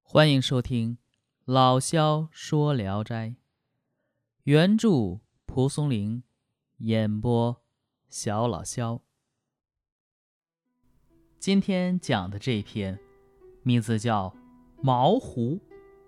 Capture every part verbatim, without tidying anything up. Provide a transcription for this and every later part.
欢迎收听老萧说聊斋，原著蒲松龄，演播小老萧。今天讲的这篇名字叫毛胡。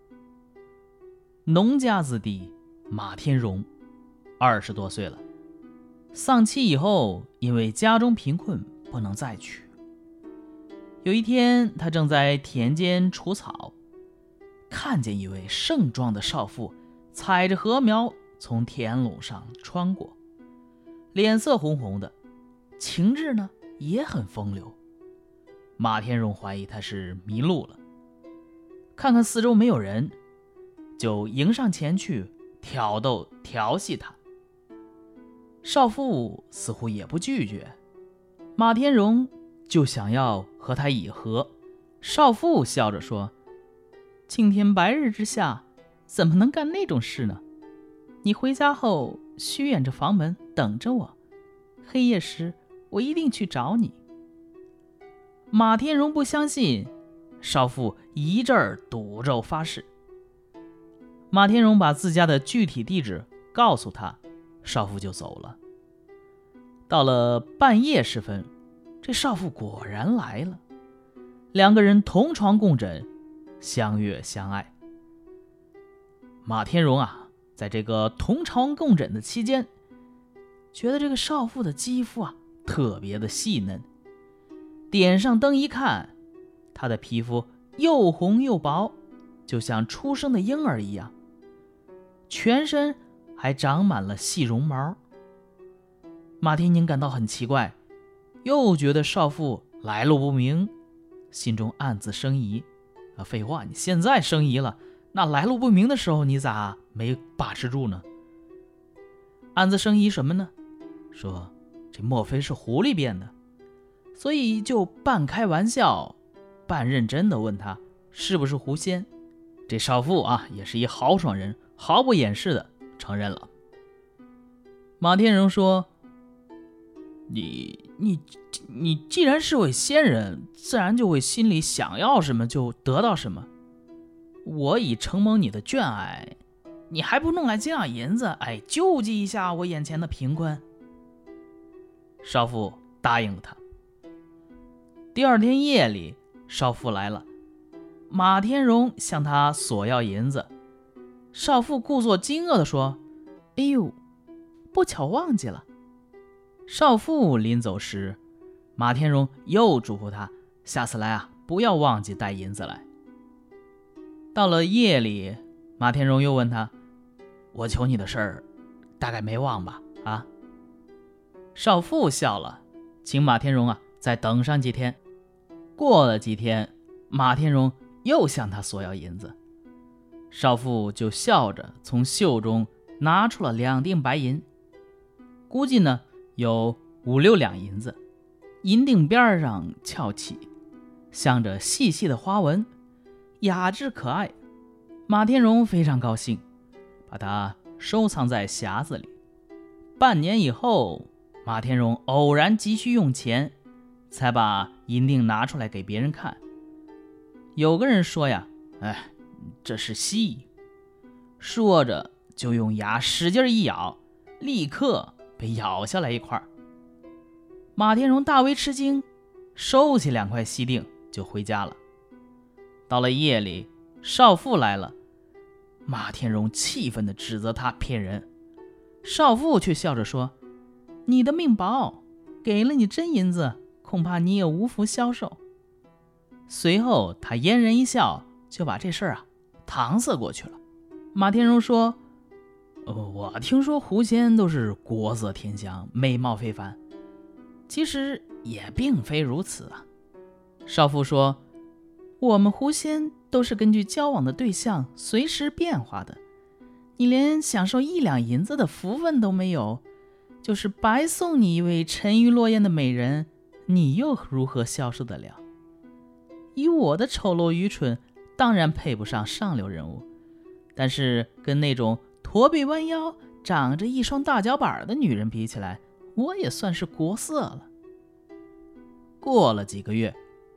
农家子弟马天荣二十多岁了，丧妻以后因为家中贫困不能再娶。有一天他正在田间除草，看见一位盛壮的少妇踩着禾苗从田垄上穿过，脸色红红的，情致呢也很风流。马天荣怀疑她是迷路了，看看四周没有人，就迎上前去挑逗调戏她。少妇似乎也不拒绝，马天荣就想要和她议和。少妇笑着说，青天白日之下，怎么能干那种事呢？你回家后虚掩着房门等着我，黑夜时我一定去找你。马天荣不相信，少妇一阵儿赌咒发誓。马天荣把自家的具体地址告诉他，少妇就走了。到了半夜时分，这少妇果然来了，两个人同床共枕，相悦相爱。马天荣啊，在这个同床共枕的期间，觉得这个少妇的肌肤啊特别的细嫩，点上灯一看，她的皮肤又红又薄，就像出生的婴儿一样，全身还长满了细绒毛。马天宁感到很奇怪，又觉得少妇来路不明，心中暗自生疑。啊，废话，你现在生疑了，那来路不明的时候你咋没把持住呢？暗自生疑什么呢？说这莫非是狐狸变的，所以就半开玩笑半认真的问他是不是狐仙。这少妇啊也是一豪爽人，毫不掩饰的承认了。马天荣说，你你你既然是位仙人，自然就会心里想要什么就得到什么。我已承蒙你的眷爱，你还不弄来几两银子，哎，救济一下我眼前的贫困？少妇答应了他。第二天夜里，少妇来了，马天荣向他索要银子。少妇故作惊愕地说，哎呦，不巧忘记了。少妇临走时，马天荣又嘱咐他，下次来啊，不要忘记带银子来。到了夜里，马天荣又问他，我求你的事儿大概没忘吧？啊？少妇笑了，请马天荣啊再等上几天。过了几天，马天荣又向他索要银子，少妇就笑着从袖中拿出了两锭白银，估计呢有五六两银子，银锭边上翘起，镶着细细的花纹，雅致可爱。马天荣非常高兴，把它收藏在匣子里。半年以后，马天荣偶然急需用钱，才把银锭拿出来给别人看。有个人说呀，哎，这是锡。说着就用牙使劲一咬，立刻被咬下来一块。马天荣大为吃惊，收起两块锡锭就回家了。到了夜里，少妇来了，马天荣气愤地指责他骗人。少妇却笑着说，你的命薄，给了你真银子，恐怕你也无福消受。随后他嫣然一笑，就把这事儿啊搪塞过去了。马天荣说，呃，我听说狐仙都是国色天香，美貌非凡，其实也并非如此啊。少妇说，我们狐仙都是根据交往的对象随时变化的，你连享受一两银子的福分都没有，就是白送你一位沉鱼落雁的美人，你又如何消受得了？以我的丑陋愚蠢，当然配不上上流人物，但是跟那种驼背弯腰长着一双大脚板的女人比起来，我也算是国色了。过了几个月，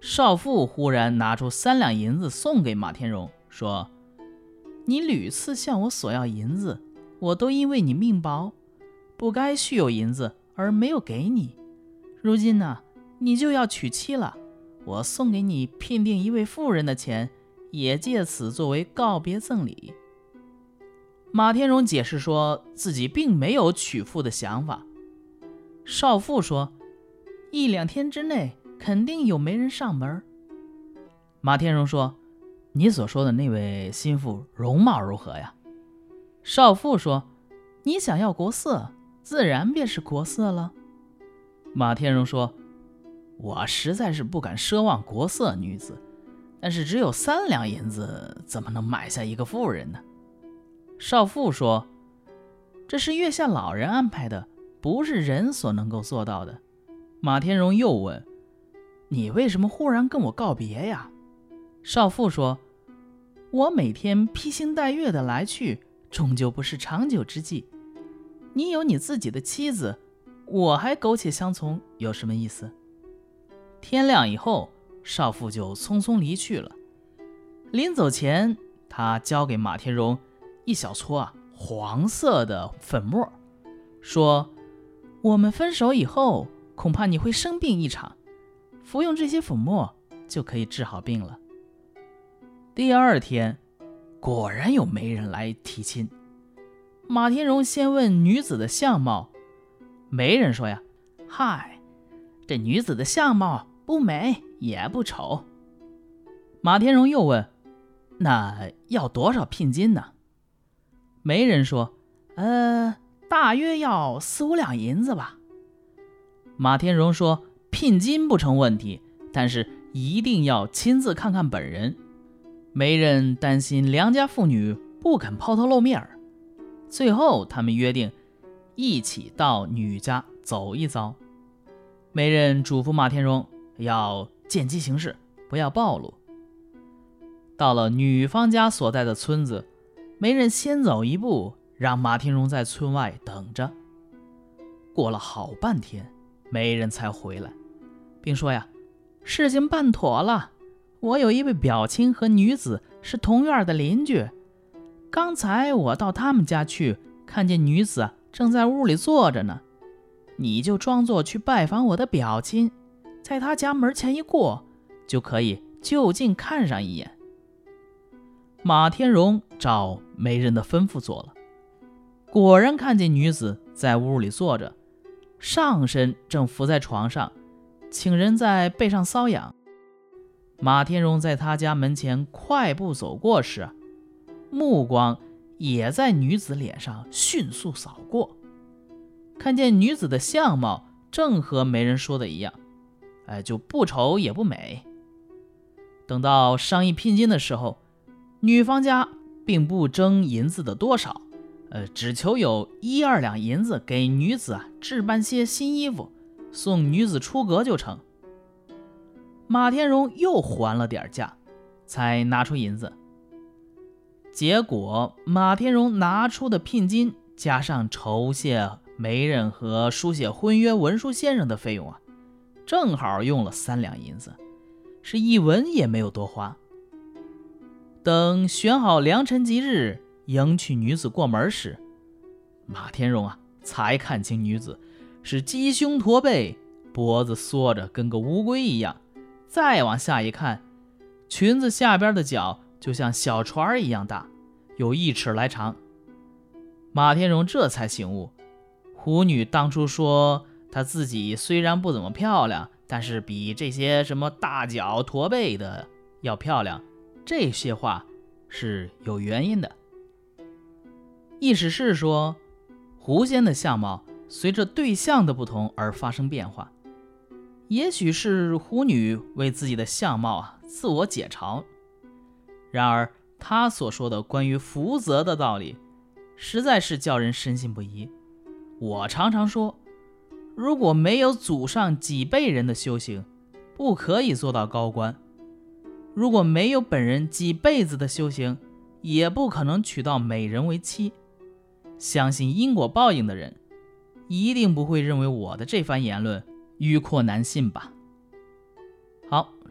少妇忽然拿出三两银子送给马天荣，说：你屡次向我索要银子，我都因为你命薄，不该续有银子而没有给你。如今呢、啊，你就要娶妻了，我送给你聘定一位妇人的钱，也借此作为告别赠礼。马天荣解释说自己并没有娶妇的想法。少妇说：一两天之内肯定有媒人上门。马天荣说：你所说的那位心腹容貌如何呀？少妇说：你想要国色，自然便是国色了。马天荣说：我实在是不敢奢望国色女子，但是只有三两银子，怎么能买下一个妇人呢？少妇说：这是月下老人安排的，不是人所能够做到的。马天荣又问：你为什么忽然跟我告别呀？少妇说：我每天披星戴月的来去，终究不是长久之计。你有你自己的妻子，我还苟且相从，有什么意思？天亮以后，少妇就匆匆离去了。临走前，他交给马天荣一小撮啊黄色的粉末，说：我们分手以后，恐怕你会生病一场，服用这些粉末就可以治好病了。第二天，果然有媒人来提亲。马天荣先问女子的相貌，媒人说呀：嗨，这女子的相貌不美也不丑。马天荣又问：那要多少聘金呢？媒人说：呃，大约要四五两银子吧。马天荣说：聘金不成问题，但是一定要亲自看看本人。媒人担心良家妇女不肯抛头露面儿，最后他们约定一起到女家走一遭。媒人嘱咐马天荣要见机行事，不要暴露。到了女方家所在的村子，媒人先走一步，让马天荣在村外等着。过了好半天，媒人才回来，并说呀：事情办妥了，我有一位表亲和女子是同院的邻居，刚才我到他们家去，看见女子正在屋里坐着呢，你就装作去拜访我的表亲，在他家门前一过，就可以就近看上一眼。马天荣照媒人的吩咐做了，果然看见女子在屋里坐着，上身正伏在床上，请人在背上搔痒。马天荣在他家门前快步走过时，目光也在女子脸上迅速扫过，看见女子的相貌正和媒人说的一样，哎，就不丑也不美。等到商议聘金的时候，女方家并不争银子的多少，呃，只求有一二两银子给女子啊置办些新衣服，送女子出阁就成。马天荣又还了点价，才拿出银子。结果马天荣拿出的聘金加上酬谢媒人和书写婚约文书先生的费用啊，正好用了三两银子，是一文也没有多花。等选好良辰吉日迎娶女子过门时，马天荣啊才看清女子是鸡胸驼背，脖子缩着跟个乌龟一样，再往下一看，裙子下边的角就像小船一样大，有一尺来长。马天荣这才醒悟，虎女当初说她自己虽然不怎么漂亮，但是比这些什么大脚驼背的要漂亮，这些话是有原因的。意思是说，狐仙的相貌随着对象的不同而发生变化，也许是狐女为自己的相貌啊自我解嘲。然而她所说的关于福泽的道理，实在是叫人深信不疑。我常常说，如果没有祖上几辈人的修行，不可以做到高官；如果没有本人几辈子的修行，也不可能娶到美人为妻。相信因果报应的人，一定不会认为我的这番言论迂阔难信吧。好，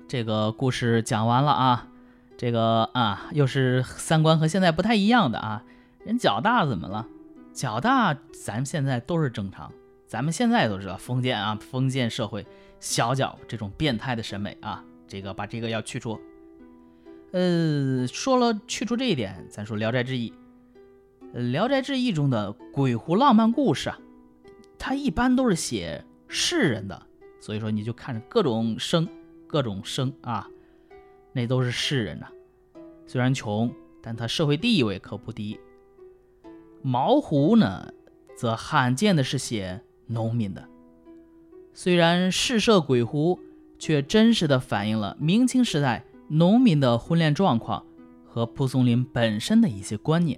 这个故事讲完了啊。这个啊，又是三观和现在不太一样的啊。人脚大怎么了？脚大咱们现在都是正常，咱们现在都知道封建啊，封建社会小脚这种变态的审美啊，这个把这个要去除。呃，说了去除这一点，咱说《聊斋志异》。呃，《聊斋志异》中的鬼狐浪漫故事啊，它一般都是写世人的，所以说你就看着各种生，各种生啊，那都是世人呐、啊。虽然穷，但他社会地位可不低。毛狐呢，则罕见的是写农民的。虽然世设鬼狐，却真实的反映了明清时代农民的婚恋状况和蒲松龄本身的一些观念。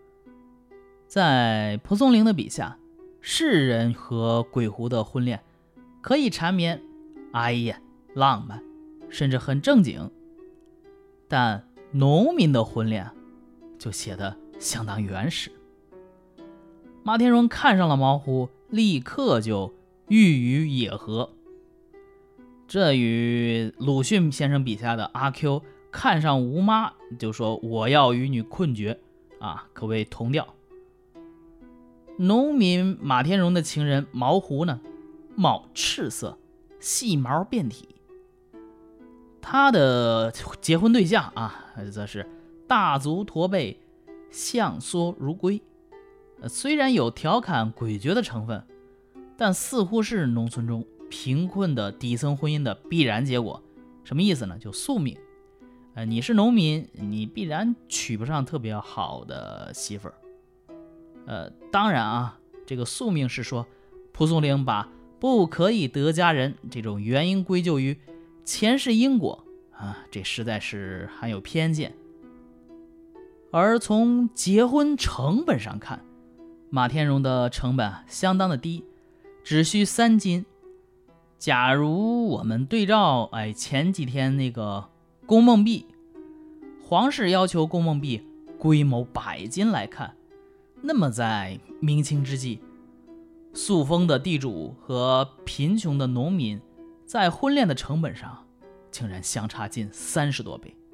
在蒲松龄的笔下，世人和鬼狐的婚恋可以缠绵、哀艳、浪漫，甚至很正经，但农民的婚恋就写得相当原始。马天荣看上了毛狐，立刻就欲与野合。这与鲁迅先生笔下的阿 Q 看上吴妈就说我要与你困绝啊，可谓同调。农民马天荣的情人毛狐呢，貌赤色，细毛遍体。他的结婚对象啊，则是大足驼背，象缩如龟。虽然有调侃诡谲的成分，但似乎是农村中贫困的底层婚姻的必然结果。什么意思呢？就宿命。呃，你是农民，你必然娶不上特别好的媳妇儿。呃，当然啊，这个宿命是说蒲松龄把不可以得佳人这种原因归咎于前世因果啊，这实在是含有偏见。而从结婚成本上看，马天荣的成本相当的低，只需三金。假如我们对照哎前几天那个宫梦璧，皇室要求宫梦璧规模百金来看，那么在明清之际，塑封的地主和贫穷的农民在婚恋的成本上竟然相差近三十多倍。